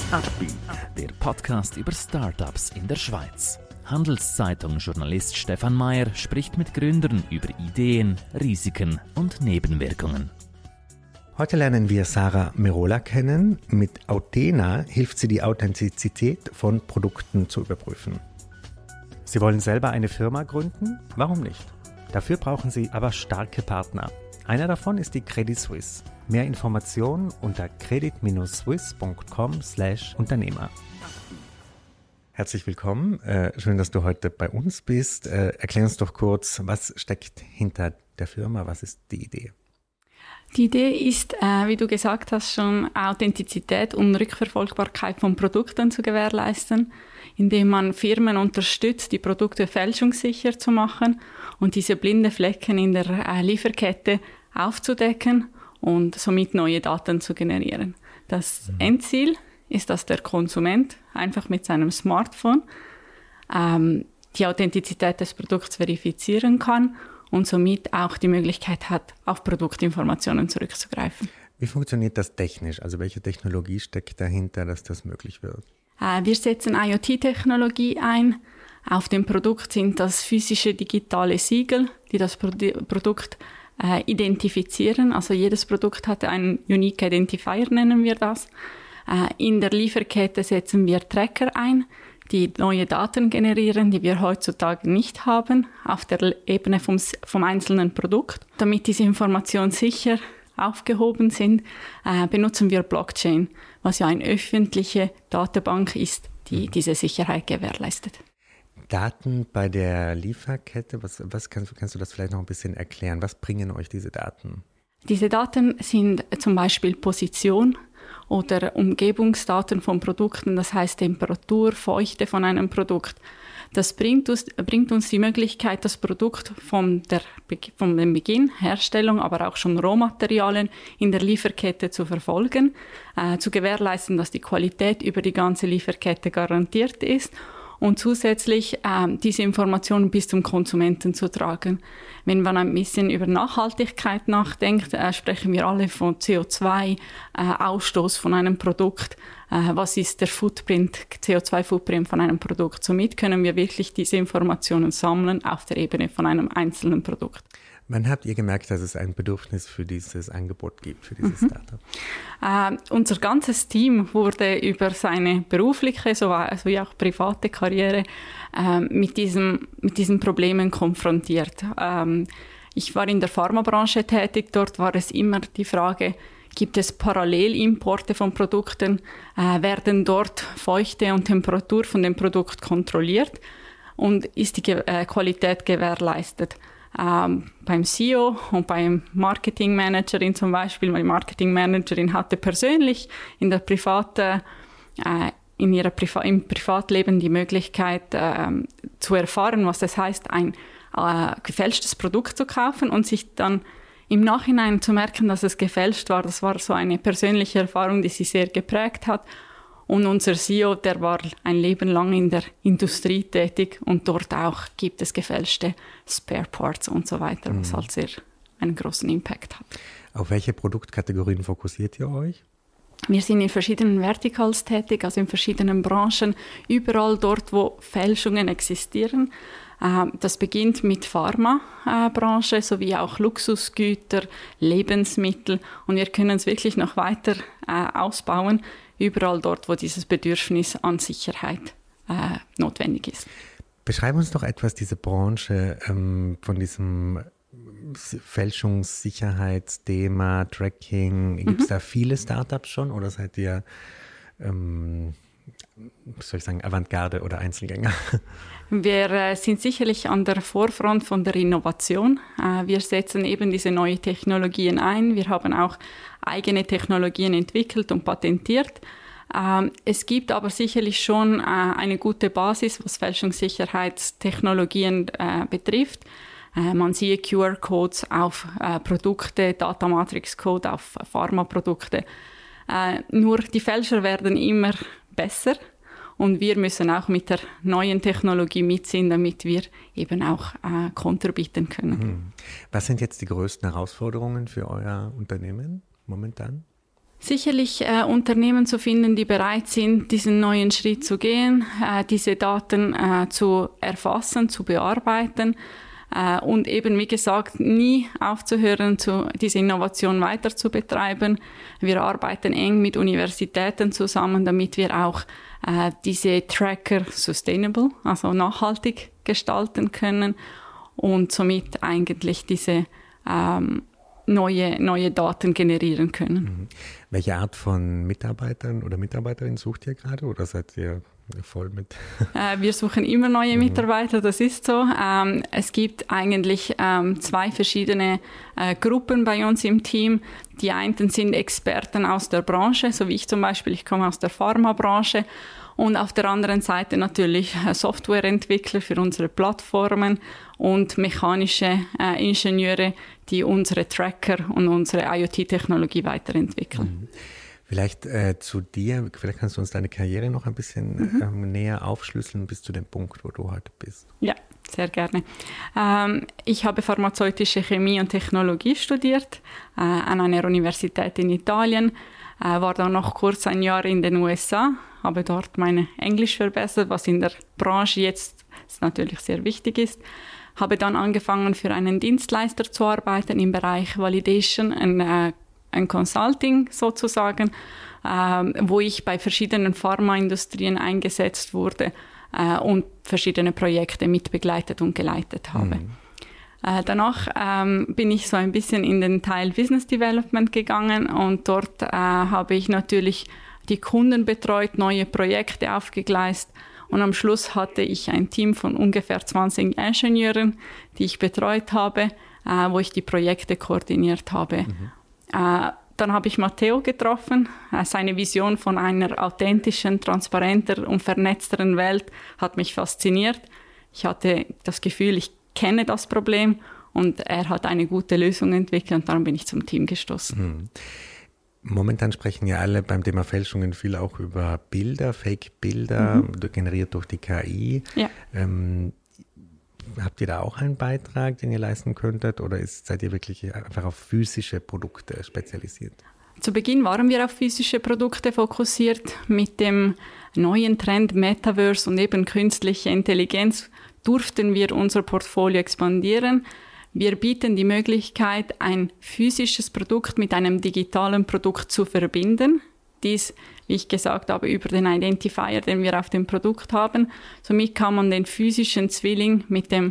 Upbeat, der Podcast über Startups in der Schweiz. Handelszeitung-Journalist Stefan Mayer spricht mit Gründern über Ideen, Risiken und Nebenwirkungen. Heute lernen wir Sarah Merola kennen. Mit Autena hilft sie, die Authentizität von Produkten zu überprüfen. Sie wollen selber eine Firma gründen? Warum nicht? Dafür brauchen Sie aber starke Partner. Einer davon ist die Credit Suisse. Mehr Informationen unter credit-suisse.com/Unternehmer. Herzlich willkommen. Schön, dass du heute bei uns bist. Erklär uns doch kurz, was steckt hinter der Firma? Was ist die Idee? Die Idee ist, wie du gesagt hast, schon Authentizität und Rückverfolgbarkeit von Produkten zu gewährleisten, indem man Firmen unterstützt, die Produkte fälschungssicher zu machen und diese blinde Flecken in der Lieferkette aufzudecken und somit neue Daten zu generieren. Das Endziel ist, dass der Konsument einfach mit seinem Smartphone die Authentizität des Produkts verifizieren kann und somit auch die Möglichkeit hat, auf Produktinformationen zurückzugreifen. Wie funktioniert das technisch? Also welche Technologie steckt dahinter, dass das möglich wird? Wir setzen IoT-Technologie ein. Auf dem Produkt sind das physische digitale Siegel, die das Produkt identifizieren. Also jedes Produkt hat einen Unique Identifier, nennen wir das. In der Lieferkette setzen wir Tracker ein, die neue Daten generieren, die wir heutzutage nicht haben, auf der Ebene vom einzelnen Produkt. Damit diese Informationen sicher aufgehoben sind, benutzen wir Blockchain, was ja eine öffentliche Datenbank ist, die diese Sicherheit gewährleistet. Daten bei der Lieferkette, was kannst du das vielleicht noch ein bisschen erklären? Was bringen euch diese Daten? Diese Daten sind zum Beispiel Position oder Umgebungsdaten von Produkten, das heißt Temperatur, Feuchte von einem Produkt. Das bringt uns die Möglichkeit, das Produkt von dem Beginn, Herstellung, aber auch schon Rohmaterialien in der Lieferkette zu verfolgen, zu gewährleisten, dass die Qualität über die ganze Lieferkette garantiert ist und zusätzlich diese Informationen bis zum Konsumenten zu tragen. Wenn man ein bisschen über Nachhaltigkeit nachdenkt, sprechen wir alle von CO2-Ausstoß von einem Produkt. Was ist der CO2-Footprint von einem Produkt? Somit können wir wirklich diese Informationen sammeln auf der Ebene von einem einzelnen Produkt. Wann habt ihr gemerkt, dass es ein Bedürfnis für dieses Angebot gibt, für dieses Startup? Unser ganzes Team wurde über seine berufliche sowie auch private Karriere mit diesen Problemen konfrontiert. Ich war in der Pharmabranche tätig, dort war es immer die Frage, gibt es Parallelimporte von Produkten, werden dort Feuchte und Temperatur von dem Produkt kontrolliert und ist die Qualität gewährleistet? Beim CEO und beim Marketingmanagerin zum Beispiel. Meine Marketingmanagerin hatte persönlich im Privatleben die Möglichkeit zu erfahren, was es heißt, ein gefälschtes Produkt zu kaufen und sich dann im Nachhinein zu merken, dass es gefälscht war. Das war so eine persönliche Erfahrung, die sie sehr geprägt hat. Und unser CEO, der war ein Leben lang in der Industrie tätig und dort auch gibt es gefälschte Spare Parts und so weiter, was halt sehr einen großen Impact hat. Auf welche Produktkategorien fokussiert ihr euch? Wir sind in verschiedenen Verticals tätig, also in verschiedenen Branchen, überall dort, wo Fälschungen existieren. Das beginnt mit Pharmabranche sowie auch Luxusgüter, Lebensmittel und wir können es wirklich noch weiter ausbauen, überall dort, wo dieses Bedürfnis an Sicherheit notwendig ist. Beschreib uns doch etwas diese Branche von diesem Fälschungssicherheitsthema, Tracking. Gibt es da viele Startups schon oder seid ihr, Avantgarde oder Einzelgänger? Wir sind sicherlich an der Vorfront von der Innovation. Wir setzen eben diese neuen Technologien ein. Wir haben auch eigene Technologien entwickelt und patentiert. Es gibt aber sicherlich schon eine gute Basis, was Fälschungssicherheitstechnologien betrifft. Man sieht QR-Codes auf Produkte, Data-Matrix-Code auf Pharmaprodukte. Nur die Fälscher werden immer besser und wir müssen auch mit der neuen Technologie mitziehen, damit wir eben auch Konter bieten können. Was sind jetzt die größten Herausforderungen für euer Unternehmen momentan? Sicherlich Unternehmen zu finden, die bereit sind, diesen neuen Schritt zu gehen, diese Daten zu erfassen, zu bearbeiten und eben, wie gesagt, nie aufzuhören, diese Innovation weiter zu betreiben. Wir arbeiten eng mit Universitäten zusammen, damit wir auch diese Tracker sustainable, also nachhaltig gestalten können und somit eigentlich diese neue Daten generieren können. Welche Art von Mitarbeitern oder Mitarbeiterinnen sucht ihr gerade oder seid ihr voll mit? Wir suchen immer neue Mitarbeiter, das ist so. Es gibt eigentlich 2 verschiedene Gruppen bei uns im Team. Die einen sind Experten aus der Branche, so wie ich zum Beispiel, ich komme aus der Pharmabranche. Und auf der anderen Seite natürlich Softwareentwickler für unsere Plattformen und mechanische Ingenieure, die unsere Tracker und unsere IoT-Technologie weiterentwickeln. Vielleicht zu dir, vielleicht kannst du uns deine Karriere noch ein bisschen näher aufschlüsseln bis zu dem Punkt, wo du heute bist. Ja, sehr gerne. Ich habe pharmazeutische Chemie und Technologie studiert an einer Universität in Italien, war dann noch kurz ein Jahr in den USA, habe dort mein Englisch verbessert, was in der Branche jetzt natürlich sehr wichtig ist. Habe dann angefangen, für einen Dienstleister zu arbeiten im Bereich Validation und Consulting sozusagen, wo ich bei verschiedenen Pharmaindustrien eingesetzt wurde und verschiedene Projekte mitbegleitet und geleitet habe. Danach bin ich so ein bisschen in den Teil Business Development gegangen und dort habe ich natürlich die Kunden betreut, neue Projekte aufgegleist und am Schluss hatte ich ein Team von ungefähr 20 Ingenieuren, die ich betreut habe, wo ich die Projekte koordiniert habe. Dann habe ich Matteo getroffen. Seine Vision von einer authentischen, transparenter und vernetzteren Welt hat mich fasziniert. Ich hatte das Gefühl, ich kenne das Problem und er hat eine gute Lösung entwickelt und darum bin ich zum Team gestoßen. Momentan sprechen ja alle beim Thema Fälschungen viel auch über Bilder, Fake-Bilder, generiert durch die KI. Ja. Habt ihr da auch einen Beitrag, den ihr leisten könntet oder seid ihr wirklich einfach auf physische Produkte spezialisiert? Zu Beginn waren wir auf physische Produkte fokussiert. Mit dem neuen Trend Metaverse und eben künstliche Intelligenz durften wir unser Portfolio expandieren. Wir bieten die Möglichkeit, ein physisches Produkt mit einem digitalen Produkt zu verbinden. Dies, wie ich gesagt habe, über den Identifier, den wir auf dem Produkt haben. Somit kann man den physischen Zwilling mit dem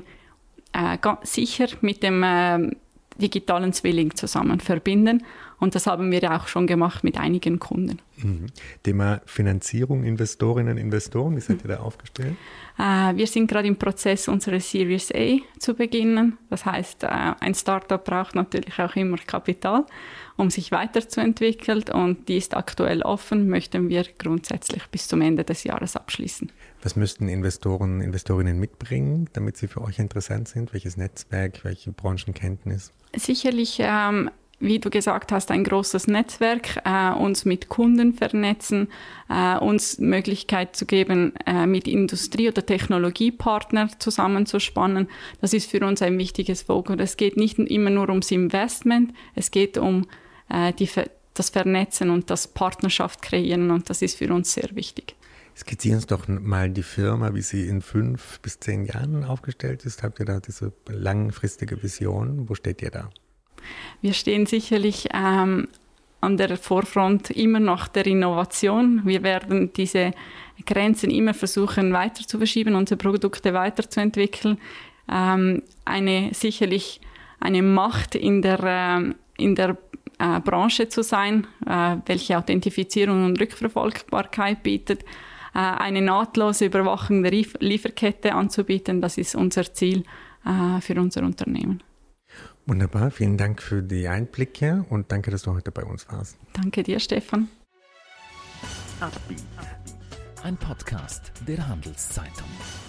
digitalen Zwilling zusammen verbinden. Und das haben wir auch schon gemacht mit einigen Kunden. Thema Finanzierung, Investorinnen, Investoren, wie seid ihr da aufgestellt? Wir sind gerade im Prozess, unsere Series A zu beginnen. Das heißt, ein Startup braucht natürlich auch immer Kapital, um sich weiterzuentwickeln. Und die ist aktuell offen, möchten wir grundsätzlich bis zum Ende des Jahres abschließen. Was müssten Investoren, Investorinnen mitbringen, damit sie für euch interessant sind? Welches Netzwerk, welche Branchenkenntnis? Sicherlich, wie du gesagt hast, ein großes Netzwerk, uns mit Kunden vernetzen, uns Möglichkeit zu geben, mit Industrie- oder Technologiepartnern zusammenzuspannen. Das ist für uns ein wichtiges Fokus. Es geht nicht immer nur ums Investment, es geht um das Vernetzen und das Partnerschaft kreieren und das ist für uns sehr wichtig. Skizzieren uns doch mal die Firma, wie sie in 5 bis 10 Jahren aufgestellt ist. Habt ihr da diese langfristige Vision? Wo steht ihr da? Wir stehen sicherlich an der Vorfront immer noch der Innovation. Wir werden diese Grenzen immer versuchen weiter zu verschieben, unsere Produkte weiterzuentwickeln. Sicherlich eine Macht in der Branche zu sein, welche Authentifizierung und Rückverfolgbarkeit bietet. Eine nahtlose Überwachung der Lieferkette anzubieten, das ist unser Ziel für unser Unternehmen. Wunderbar, vielen Dank für die Einblicke und danke, dass du heute bei uns warst. Danke dir, Stefan. Ein Podcast der Handelszeitung.